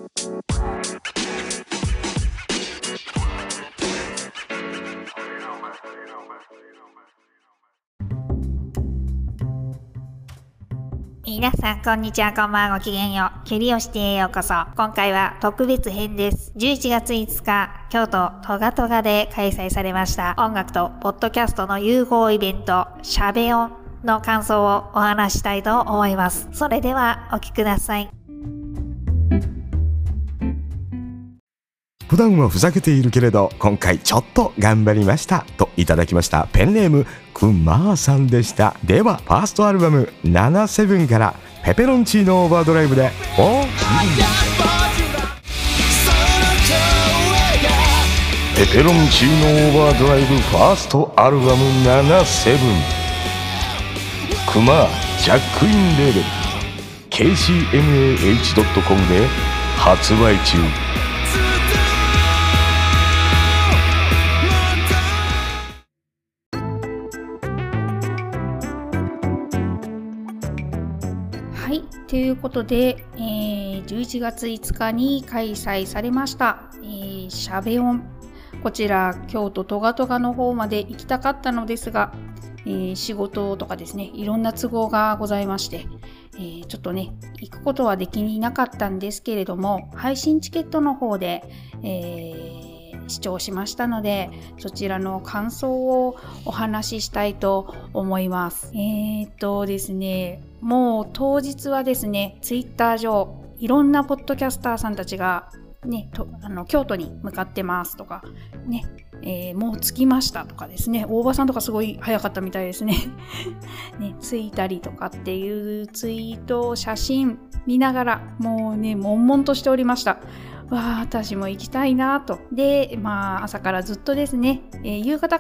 皆さんこんにちは、こんばんは、ごきげんよう。蹴りをしてへようこそ。今回は特別編です。11月5日、京都トガトガで開催されました音楽とポッドキャストの融合イベント、しゃべ音の感想をお話したいと思います。それではお聞きください。 普段はふざけているけれど今回ちょっと頑張りましたといただきました。ペンネームくまーさんでした。ではファーストアルバム77からペペロンチーノオーバードライブでペペロンチーノオーバードライブファーストアルバム77クマジャックインレーベル KCMAH.com で発売中。 はい、ということで、11月5日に開催されました、しゃべ音。こちら京都トガトガの方まで行きたかったのですが、仕事とかですね、いろんな都合がございまして、ちょっとね行くことはできなかったんですけれども、配信チケットの方で、視聴しましたので、そちらの感想をお話ししたいと思います。ですね、もう当日はですね、ツイッター上いろんなポッドキャスターさんたちがね、京都に向かってますとかね、もう着きましたとかですね、大場さんとかすごい早かったみたいですね。ね、着いたりとかっていうツイート、写真見ながらもうね、悶々としておりました。わあ、私も行きたいなと。で、朝からずっとですね、夕方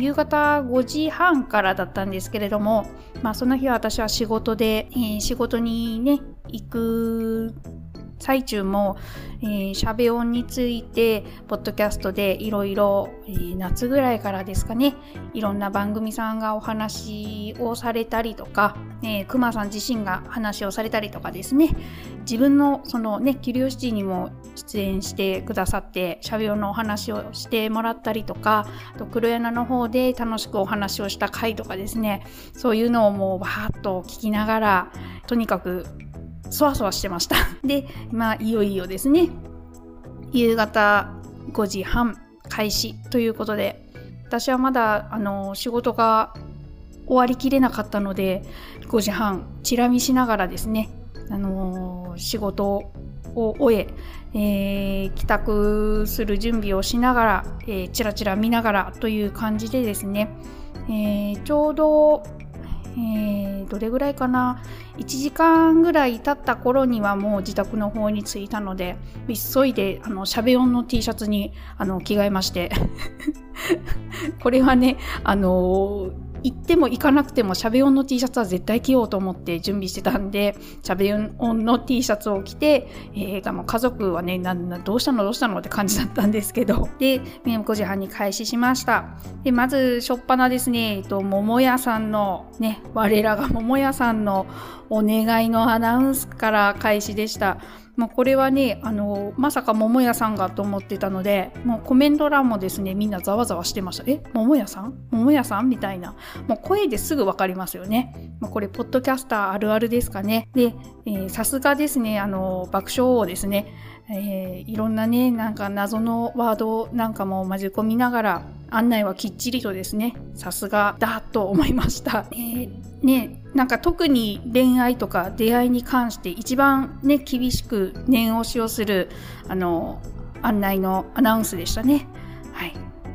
5時半からだったんですけれども、その日は私は仕事で、仕事にね行く最中も、しゃべ音についてポッドキャストでいろいろ夏ぐらいからですかね、いろんな番組さんがお話をされたりとか、くまさん自身が話をされたりとかですね、自分のそのねキュリオシティにも出演してくださってしゃべ音のお話をしてもらったりとか、あと黒柳の方で楽しくお話をした回とかですね、そういうのをもうバーッと聞きながら、とにかくそわそわしてました。で、いよいよですね、夕方5時半開始ということで、私はまだ仕事が終わりきれなかったので、5時半チラ見しながらですね、仕事を終え帰宅する準備をしながら、チラチラ見ながらという感じでですね、ちょうどどれぐらいかな、1時間ぐらい経った頃にはもう自宅の方に着いたので、急いでしゃべ音の T シャツに着替えましてこれはね、行っても行かなくてもしゃべ音の T シャツは絶対着ようと思って準備してたんで、しゃべ音の T シャツを着て、家族はね、どうしたのって感じだったんですけど、で5時半に開始しました。でまず初っ端ですね、桃屋さんのね、我らが桃屋さんのお願いのアナウンスから開始でした。もうこれはね、まさか桃屋さんがと思ってたので、もうコメント欄もですね、みんなざわざわしてました。桃屋さんみたいな、もう声ですぐわかりますよね。もうこれポッドキャスターあるあるですかね。で、さすがですね、爆笑王ですね。いろんなね、なんか謎のワードなんかも混ぜ込みながら案内はきっちりとですね、さすがだと思いました。ね、なんか特に恋愛とか出会いに関して一番ね厳しく念押しをする案内のアナウンスでしたね。はい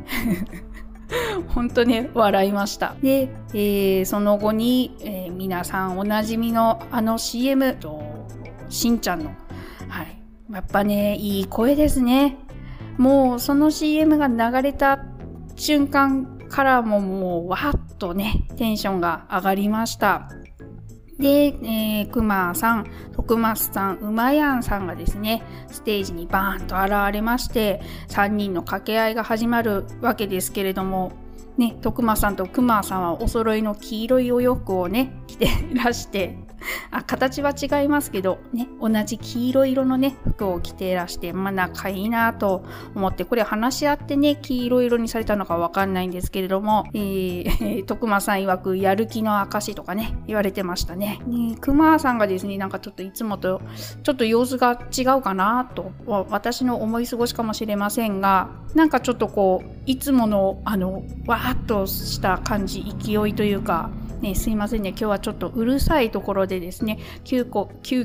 本当ね笑いました。で、その後に、皆さんおなじみのCM としんちゃんの、はい、やっぱねいい声ですね。もうその CM が流れた瞬間からもうわーっとねテンションが上がりました。で、くまさん、徳松さん、うまやんさんがですねステージにバーンと現れまして、3人の掛け合いが始まるわけですけれどもね、徳松さんとくまさんはお揃いの黄色いお洋服をね着てらして形は違いますけどね、同じ黄色色のね服を着ていらして、仲いいなと思って、これ話し合ってね黄色色にされたのかわかんないんですけれども、徳間さん曰くやる気の証とかね言われてましたね。熊さんがですね、なんかちょっといつもとちょっと様子が違うかなと、私の思い過ごしかもしれませんが、なんかちょっとこういつものわーっとした感じ、勢いというかね、すいませんね、今日はちょっとうるさいところでですね、急遽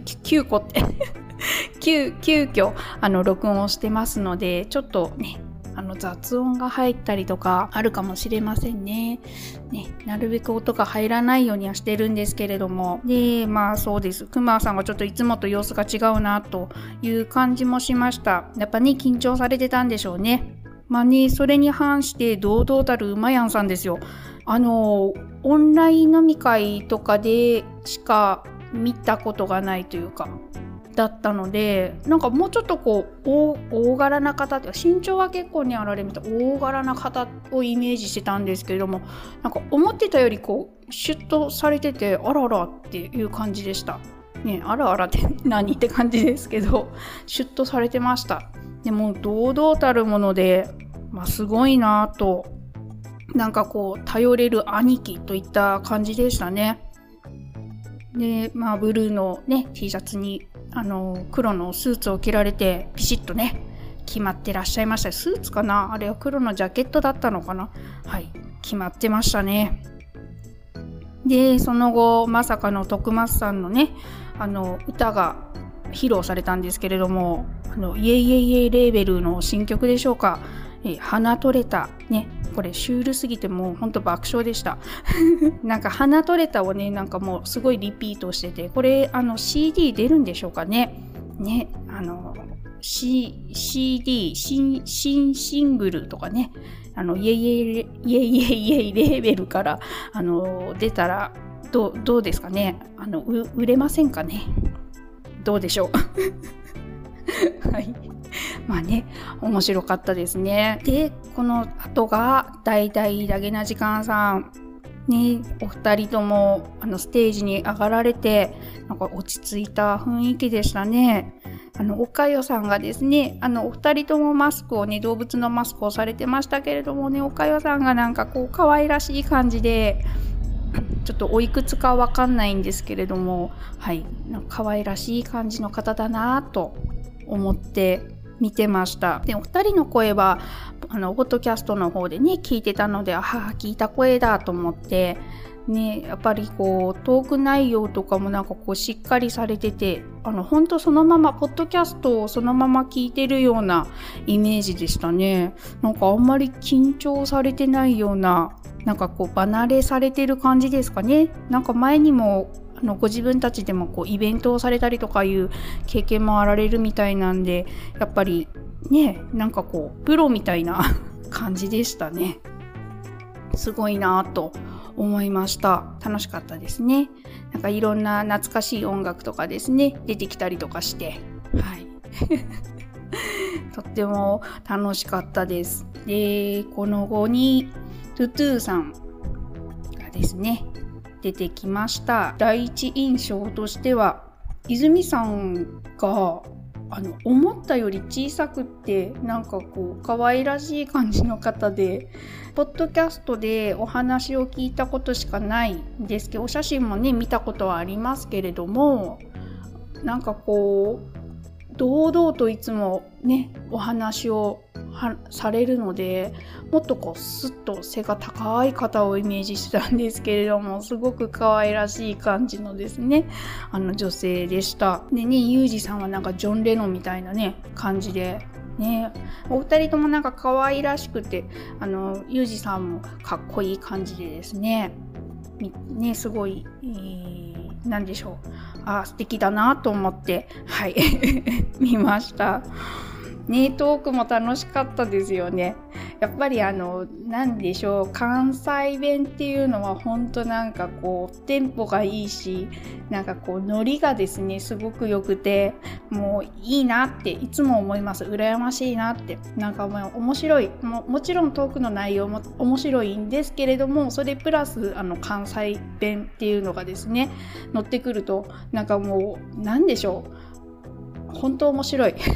録音をしてますので、ちょっとね雑音が入ったりとかあるかもしれませんね。なるべく音が入らないようにはしてるんですけれども、でそうです、熊さんがちょっといつもと様子が違うなという感じもしました。やっぱね緊張されてたんでしょうね。それに反して堂々たる馬やんさんですよ。オンライン飲み会とかでしか見たことがないというかだったので、なんかもうちょっとこう大柄な方って身長は結構ねあられみたい大柄な方をイメージしてたんですけれども、なんか思ってたよりこうシュッとされてて、あらあらっていう感じでしたね。あらあらって何って感じですけど、シュッとされてました。でも堂々たるもので、すごいなと、なんかこう頼れる兄貴といった感じでしたね。でブルーのね T シャツに黒のスーツを着られてピシッとね決まってらっしゃいました。スーツかな、あれは黒のジャケットだったのかな、決まってましたね。でその後まさかの徳松さんのね歌が披露されたんですけれども、イエイエイエイレーベルの新曲でしょうか、花取れたね、これシュールすぎてもうほんと爆笑でしたなんか花取れたをねなんかもうすごいリピートしてて、これCD 出るんでしょうかね。CD 新シングルとかね、イエイエイイエイレーベルから出たらどうですかね。売れませんかね。どうでしょうはい、面白かったですね。でこの後が大々だげな時間さんね、お二人ともステージに上がられて、なんか落ち着いた雰囲気でしたね。おかよさんがですね、お二人ともマスクをね、動物のマスクをされてましたけれどもね、おかよさんがなんかこう可愛らしい感じで、ちょっとおいくつかわかんないんですけれども、なんか可愛らしい感じの方だなと思って見てました。でお二人の声はポッドキャストの方でね聞いてたので、聞いた声だと思ってね、やっぱりこうトーク内容とかもなんかこうしっかりされてて、本当そのままポッドキャストをそのまま聞いてるようなイメージでしたね。なんかあんまり緊張されてないような、なんかこう離れされてる感じですかね。なんか前にもご自分たちでもこうイベントをされたりとかいう経験もあられるみたいなんで、やっぱりねなんかこうプロみたいな感じでしたね。すごいなと思いました。楽しかったですね。なんかいろんな懐かしい音楽とかですね出てきたりとかして、とっても楽しかったです。でこの後にトゥトゥさんがですね出てきました。第一印象としては泉さんが思ったより小さくってなんかこう可愛らしい感じの方で、ポッドキャストでお話を聞いたことしかないんですけど、お写真もね見たことはありますけれども、なんかこう堂々といつもねお話をされるので、もっとこうスッと背が高い方をイメージしてたんですけれども、すごく可愛らしい感じのですね女性でした。でね、ユージさんはなんかジョン・レノンみたいなね感じでね、お二人ともなんか可愛らしくて、ユージさんもかっこいい感じでですね、すごい、なんでしょう、素敵だなと思って見ましたね。トークも楽しかったですよね。 やっぱりなんでしょう、関西弁っていうのは本当なんかこうテンポがいいし、なんかこうノリがですねすごく良くて、もういいなっていつも思います。羨ましいなって、なんかもう面白い、もちろんトークの内容も面白いんですけれども、それプラス関西弁っていうのがですね乗ってくると、なんかもうなんでしょう、本当面白い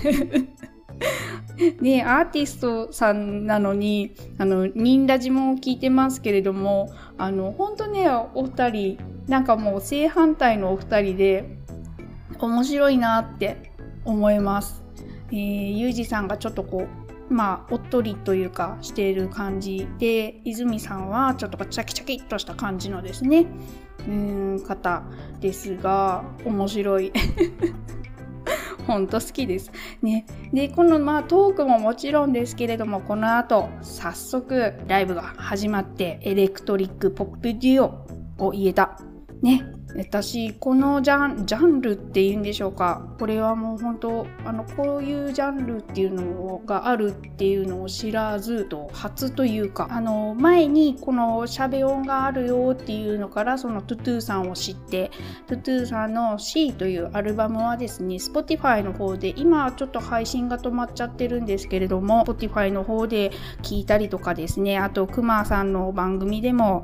ね、アーティストさんなのにニンラジも聞いてますけれども、本当ねお二人なんかもう正反対のお二人で面白いなって思います。ゆうじさんがちょっとこうおっとりというかしている感じで、泉さんはちょっとチャキチャキっとした感じのですね方ですが、面白い本当好きですね。でこのトークももちろんですけれども、この後早速ライブが始まって、エレクトリックポップデュオを言えたね。私このジャンルっていうんでしょうか、これはもう本当こういうジャンルっていうのがあるっていうのを知らずと初というか、前にこのシャベ音があるよっていうのから、そのトゥトゥさんを知って、トゥトゥさんの C というアルバムはですね Spotify の方で、今ちょっと配信が止まっちゃってるんですけれども、 Spotify の方で聞いたりとかですね、あとくまさんの番組でも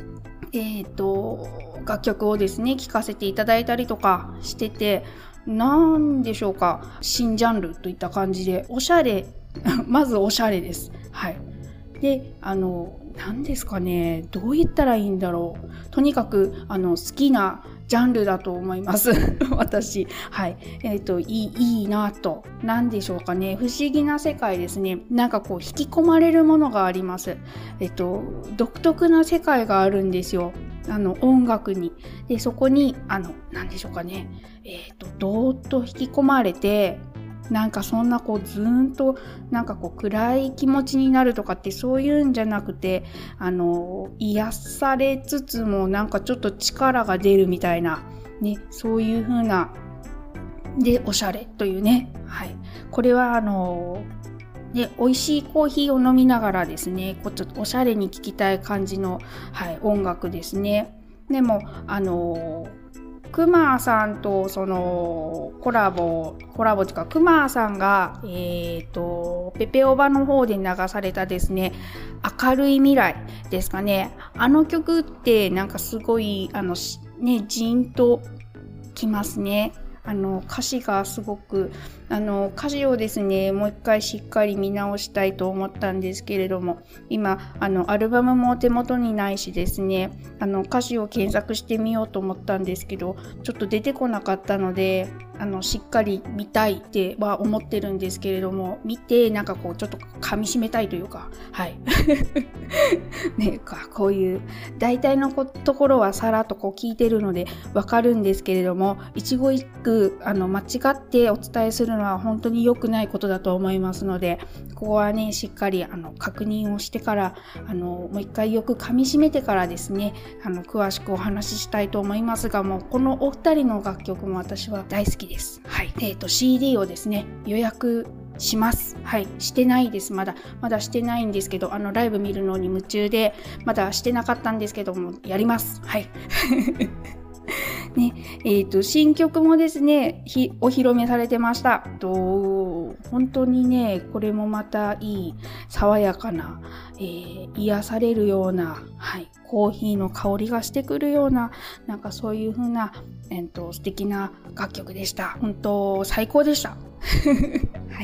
楽曲をですね聴かせていただいたりとかしてて、なんでしょうか、新ジャンルといった感じでおしゃれまずおしゃれです。はい。で何ですかね、どう言ったらいいんだろう、とにかく好きなジャンルだと思います私。はい。いいなと、なんでしょうかね、不思議な世界ですね。なんかこう引き込まれるものがあります。独特な世界があるんですよ、音楽に。でそこになんでしょうかね、どーっと引き込まれて、なんかそんなこうずーんとなんかこう暗い気持ちになるとかってそういうんじゃなくて、癒されつつもなんかちょっと力が出るみたいなね、そういう風なでおしゃれというね。はい。これは美味しいコーヒーを飲みながらですね、ちょっとおしゃれに聴きたい感じの、はい、音楽ですね。でもくまさんとそのコラボというか、くまさんがペペオバの方で流されたですね、明るい未来ですかね。曲ってなんかすごいね、ジーンときますね。歌詞がすごく歌詞をですねもう一回しっかり見直したいと思ったんですけれども、今アルバムも手元にないしですね、歌詞を検索してみようと思ったんですけど、ちょっと出てこなかったのでしっかり見たいっては思ってるんですけれども、見てなんかこうちょっと噛み締めたいというか、はいね、こういう大体のところはさらっとこう聞いてるのでわかるんですけれども、一語一句間違ってお伝えするのは本当に良くないことだと思いますので、ここはねしっかり確認をしてからもう一回よく噛み締めてからですね詳しくお話ししたいと思いますが、もうこのお二人の楽曲も私は大好きです。はい。CD をですね予約します。はい。してないです。まだしてないんですけど、ライブ見るのに夢中でまだしてなかったんですけども、やります。はいね、新曲もですねお披露目されてました。本当にねこれもまたいい爽やかな、癒されるような、はい、コーヒーの香りがしてくるような、なんかそういう風な、素敵な楽曲でした。本当最高でしたはい。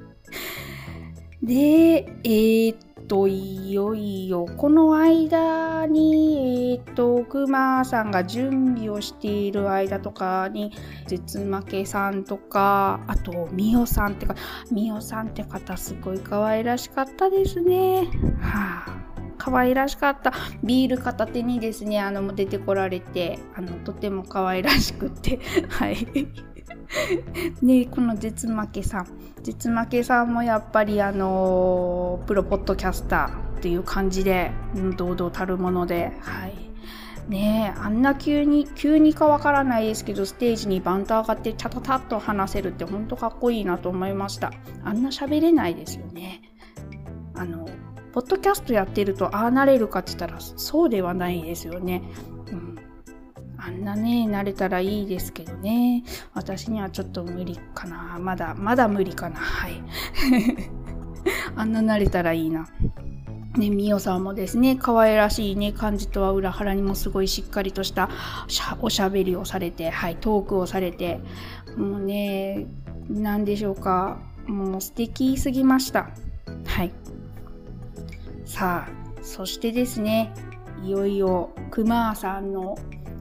でいよいよこの間にくまさんが準備をしている間とかに、絶負けさんとか、あとみおさんって方すごい可愛らしかったですね。可愛らしかった。ビール片手にですね出てこられてとても可愛らしくってはいでこの絶負けさんもやっぱりプロポッドキャスターっていう感じで、堂々たるもので、はいねえ、あんな急にかわからないですけどステージにバンと上がってチャタタッと話せるって本当かっこいいなと思いました。あんな喋れないですよね。 ポッドキャストやってるとああなれるかって言ったらそうではないですよね。あんなね、なれたらいいですけどね。私にはちょっと無理かな。まだ無理かな。はい。あんななれたらいいな。ね、みおさんもですね、可愛らしいね、感じとは裏腹にもすごいしっかりとしたおしゃべりをされて、はい、トークをされて、もうね、なんでしょうか。もう素敵すぎました。はい。さあ、そしてですね、いよいよくまーさんの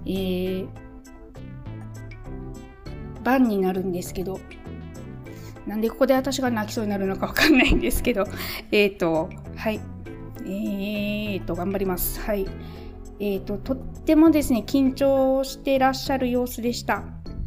番になるんですけど、なんでここで私が泣きそうになるのかわかんないんですけど、はい、頑張ります。はい、とってもですね、緊張してらっしゃる様子でした。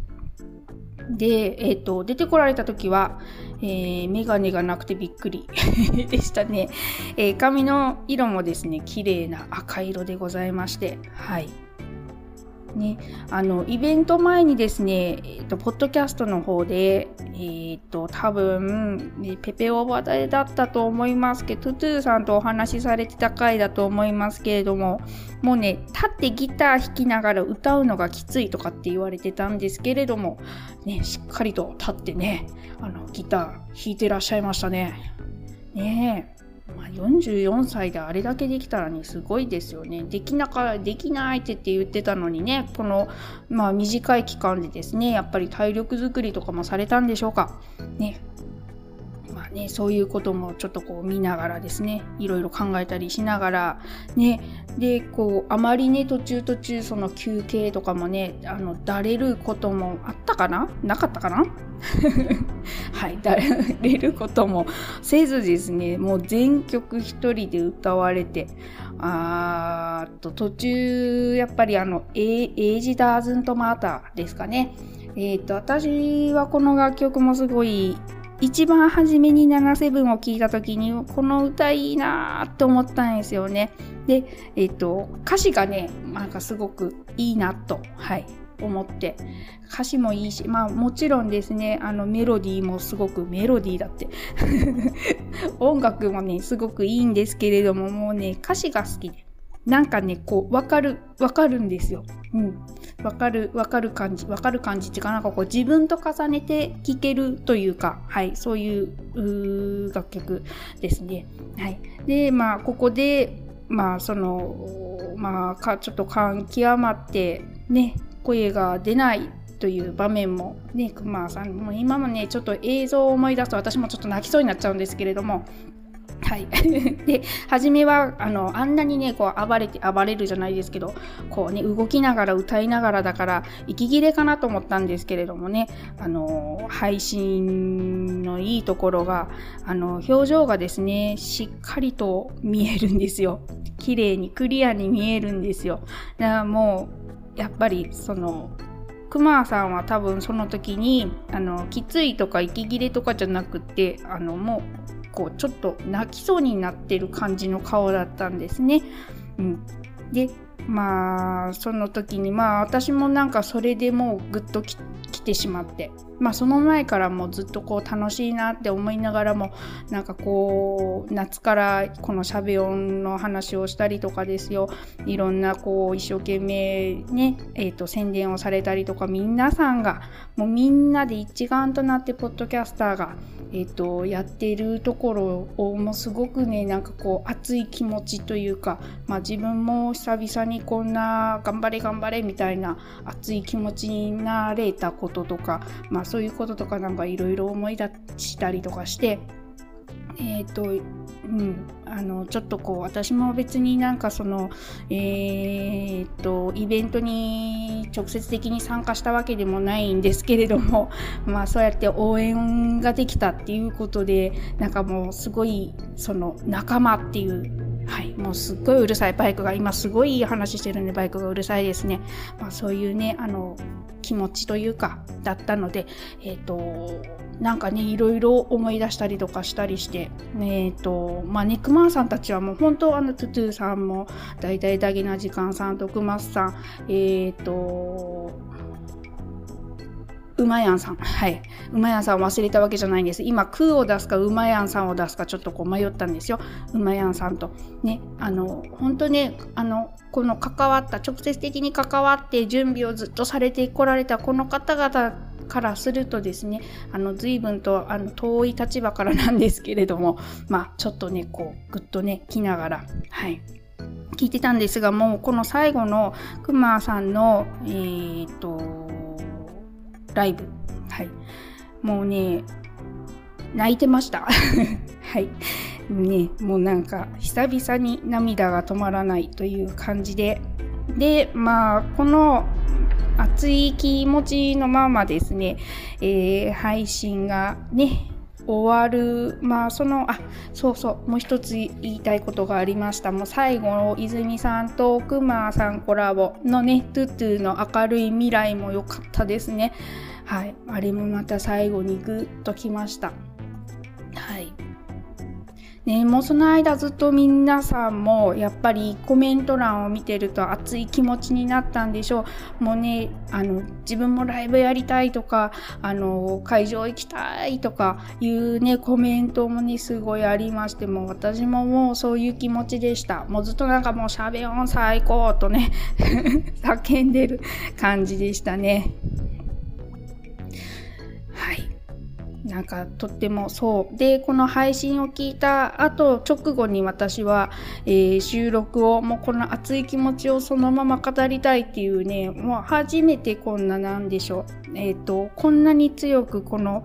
で、出てこられた時は、メガネがなくてびっくりでしたね。髪の色もですね、綺麗な赤色でございまして、はい。ね、イベント前にですね、ポッドキャストの方で、多分、ペペオバだったと思いますけど、トゥトゥさんとお話しされてた回だと思いますけれども、もうね、立ってギター弾きながら歌うのがきついとかって言われてたんですけれども、ね、しっかりと立ってね、ギター弾いてらっしゃいましたね。ねえ。44歳であれだけできたらね、すごいですよね。できないって言ってたのにね、この、短い期間でですね、やっぱり体力作りとかもされたんでしょうか。ね。そういうこともちょっとこう見ながらですね、いろいろ考えたりしながら、ね、で、こう、あまりね、途中その休憩とかもね、だれることもあったかな？なかったかなはい、だれることもせずですね、もう全曲一人で歌われて、途中、やっぱりエイジダーズントマーターですかね。私はこの楽曲もすごい、一番初めに77を聴いた時にこの歌いいなーって思ったんですよね。で、歌詞がね、なんかすごくいいなと、はい、思って、歌詞もいいし、もちろんですね、メロディーもすごくメロディーだって音楽もねすごくいいんですけれども、もうね歌詞が好きで、なんかねこうわかるんですよ。わかる感じっていうか、なんかこう自分と重ねて聴けるというか、はい、そういう楽曲ですね。はい。で、ここでちょっと感極まってね、声が出ないという場面もね、くまさんも今もねちょっと映像を思い出すと私もちょっと泣きそうになっちゃうんですけれども、はい。で、初めはあんなにねこう暴れるじゃないですけど、こうね動きながら歌いながらだから息切れかなと思ったんですけれどもね、配信のいいところが表情がですねしっかりと見えるんですよ。綺麗にクリアに見えるんですよ。だからもうやっぱりくまさんは多分その時にきついとか息切れとかじゃなくてもうこうちょっと泣きそうになってる感じの顔だったんですね。でその時に私もなんかそれでもうグッときてしまって、その前からもずっとこう楽しいなって思いながらも、なんかこう夏からこのしゃべ音の話をしたりとかですよ、いろんなこう一生懸命ね、宣伝をされたりとか、皆さんがもうみんなで一丸となってポッドキャスターがやっているところをもうすごくね、なんかこう熱い気持ちというか、自分も久々にこんな頑張れみたいな熱い気持ちになれたこととか、そういうこととかなんかいろいろ思い出したりとかして、ちょっとこう私も別になんかそのイベントに直接的に参加したわけでもないんですけれども、そうやって応援ができたっていうことで、なんかもうすごいその仲間っていう、はい、もうすっごいうるさいバイクが、今すごいいい話してるんでバイクがうるさいですね。そういうね気持ちというかだったので、なんかねいろいろ思い出したりとかしたりして、ネックマンさんたちはもう本当トゥトゥさんもだいたいダゲな時間さんとクマスさん、 馬やんさん。はい。馬やんさん忘れたわけじゃないんです。今、空を出すか馬やんさんを出すかちょっと迷ったんですよ。馬やんさんと。ね、本当ね、この直接的に関わって準備をずっとされてこられたこの方々からするとですね、随分と遠い立場からなんですけれども、ちょっとね、ぐっとね、来ながら、はい。聞いてたんですが、もうこの最後のくまさんの、ライブ、はい、もうね泣いてましたはいね、もうなんか久々に涙が止まらないという感じで、この熱い気持ちのままですね、配信がね終わる。もう一つ言いたいことがありました。もう最後、泉さんとくまさんコラボのね、トゥトゥの明るい未来も良かったですね。はい。あれもまた最後にグッときました。はい。ね、もうその間ずっと皆さんもやっぱりコメント欄を見てると熱い気持ちになったんでしょう。もうね、自分もライブやりたいとか、会場行きたいとかいうね、コメントもね、すごいありまして、もう私ももうそういう気持ちでした。もうずっとなんかもうしゃべ音最高とね、叫んでる感じでしたね。はい。なんかとってもそうで、この配信を聞いた後直後に私は、収録をもうこの熱い気持ちをそのまま語りたいっていうね、もう初めてこんななんでしょう、こんなに強くこの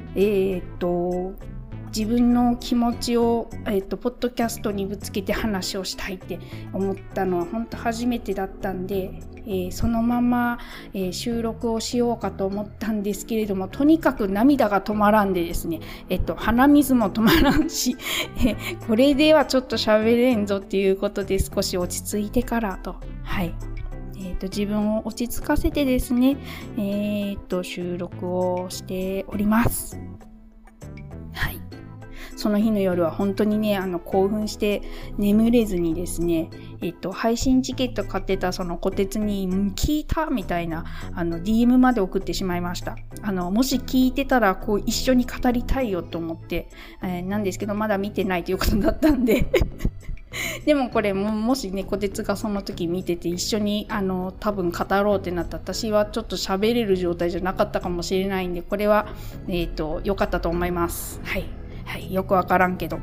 自分の気持ちを、ポッドキャストにぶつけて話をしたいって思ったのは本当初めてだったんで、そのまま、収録をしようかと思ったんですけれども、とにかく涙が止まらんでですね、鼻水も止まらんし、これではちょっと喋れんぞっていうことで少し落ち着いてからと、はい。自分を落ち着かせてですね、収録をしております。はい。その日の夜は本当にね、興奮して眠れずにですね、配信チケット買ってたその小鉄に聞いたみたいなDM まで送ってしまいました。もし聞いてたら一緒に語りたいよと思って、なんですけどまだ見てないということだったんででもこれもしね、小鉄がその時見てて一緒に多分語ろうってなったら、私はちょっと喋れる状態じゃなかったかもしれないんで、これは良かったと思います。はい。はい、よくわからんけど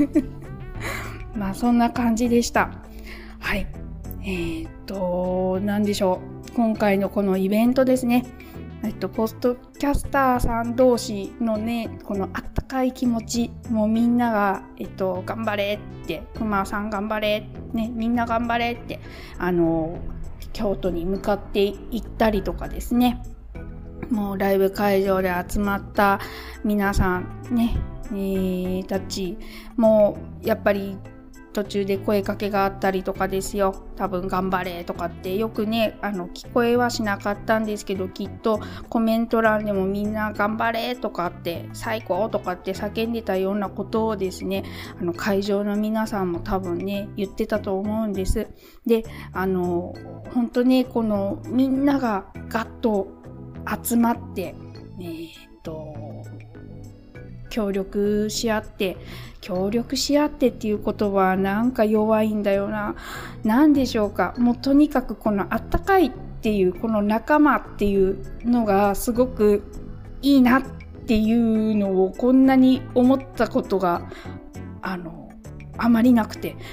そんな感じでした。はい。なんでしょう。今回のこのイベントですね。ポストキャスターさん同士のね、このあったかい気持ち、もうみんなが、頑張れって、くまさん頑張れ、ね、みんな頑張れって、京都に向かって行ったりとかですね。もうライブ会場で集まった皆さんね、たちもうやっぱり途中で声かけがあったりとかですよ。多分頑張れとかってよくね、聞こえはしなかったんですけど、きっとコメント欄でもみんな頑張れとかって最高とかって叫んでたようなことをですね、会場の皆さんも多分ね言ってたと思うんです。で、本当ね、このみんながガッと集まって協力し合ってっていうことはなんか弱いんだよな。なんでしょうか。もうとにかくこのあったかいっていうこの仲間っていうのがすごくいいなっていうのをこんなに思ったことがあまりなくて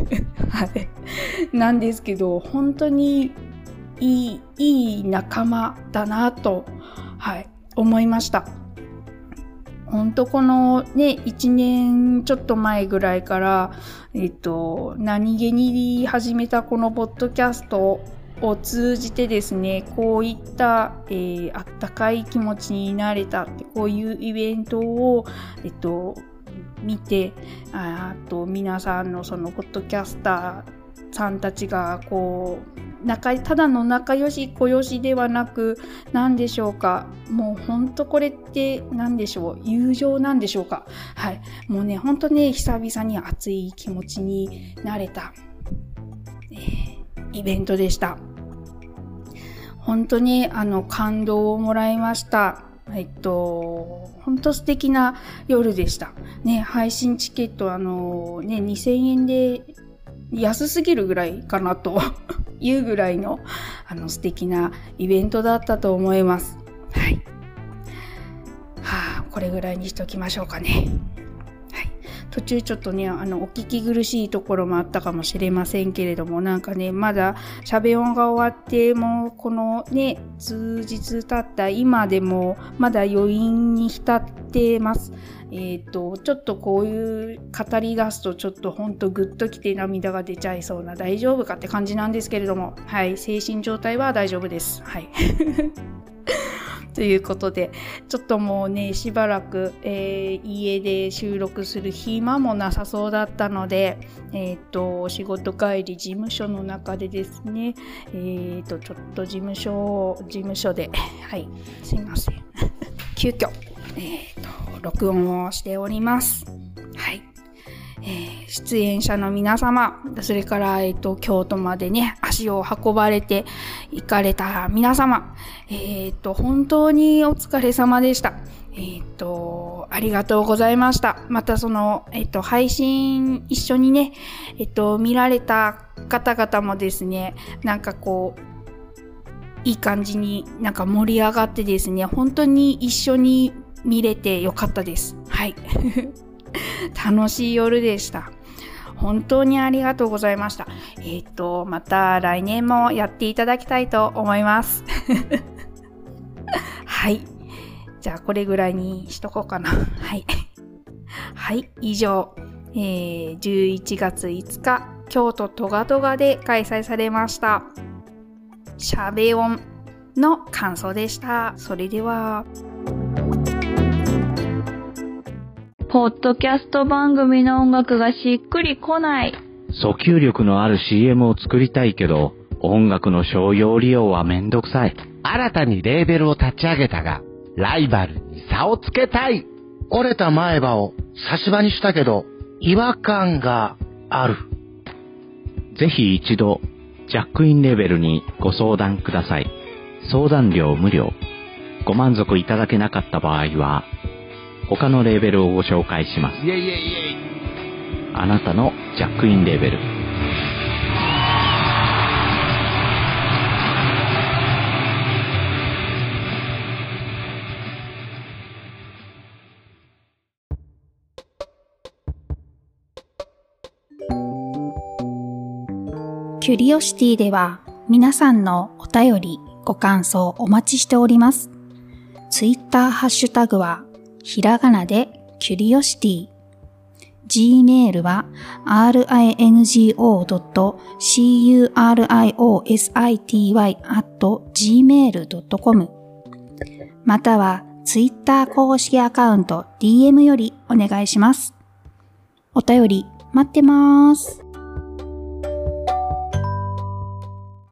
はいなんですけど、本当にいい仲間だなと、はい、思いました。本当このね、1年ちょっと前ぐらいから、何気に始めたこのポッドキャストを通じてですね、こういった、あったかい気持ちになれたって、こういうイベントを、見て、あと皆さんのそのポッドキャスターさんたちがこうただの仲良し小良しではなく、何でしょうか、もう本当これって何でしょう、友情なんでしょうか。はい、もうね、本当ね、久々に熱い気持ちになれた、イベントでした。 本当に感動をもらいました。本当素敵な夜でした。ね、配信チケット2000円で安すぎるぐらいかなというぐらいの素敵なイベントだったと思います。はい。これぐらいにしときましょうかね。はい。途中ちょっとね、お聞き苦しいところもあったかもしれませんけれども、なんかね、まだ喋音が終わって、もうこのね、数日経った今でも、まだ余韻に浸ってます。ちょっとこういう語り出すと、ちょっとほんとグッときて涙が出ちゃいそうな、大丈夫かって感じなんですけれども、はい、精神状態は大丈夫です。はい。ということで、ちょっともうね、しばらく、家で収録する暇もなさそうだったので、仕事帰り事務所の中でですね、ちょっと事務所で、はい、すいません。急遽、録音をしております。はい。出演者の皆様、それから、京都までね、足を運ばれて行かれた皆様、本当にお疲れ様でした。ありがとうございました。また配信一緒にね、見られた方々もですね、なんかこう、いい感じになんか盛り上がってですね、本当に一緒に見れてよかったです。はい。楽しい夜でした。本当にありがとうございました。また来年もやっていただきたいと思います。はい。じゃあこれぐらいにしとこうかな。はい。はい、以上、11月5日、京都トガトガで開催されました。しゃべ音の感想でした。それでは。 ポッドキャスト番組の音楽がしっくりこない。 訴求力のある CM を作りたいけど、音楽の商用利用はめんどくさい。 新たにレーベルを立ち上げたが、ライバルに差をつけたい。折れた前歯を差し歯にしたけど、違和感がある。 ぜひ一度、ジャックインレーベルにご相談ください。相談料無料。ご満足いただけなかった場合は、他のレーベルをご紹介します。あなたのジャックインレーベル。 キュリオシティでは皆さんのお便り、ご感想お待ちしております。ツイッターハッシュタグはひらがなでキュリオシティ。Gmail は ringo.curiosity@gmail.com またはツイッター公式アカウント DM よりお願いします。お便り待ってます。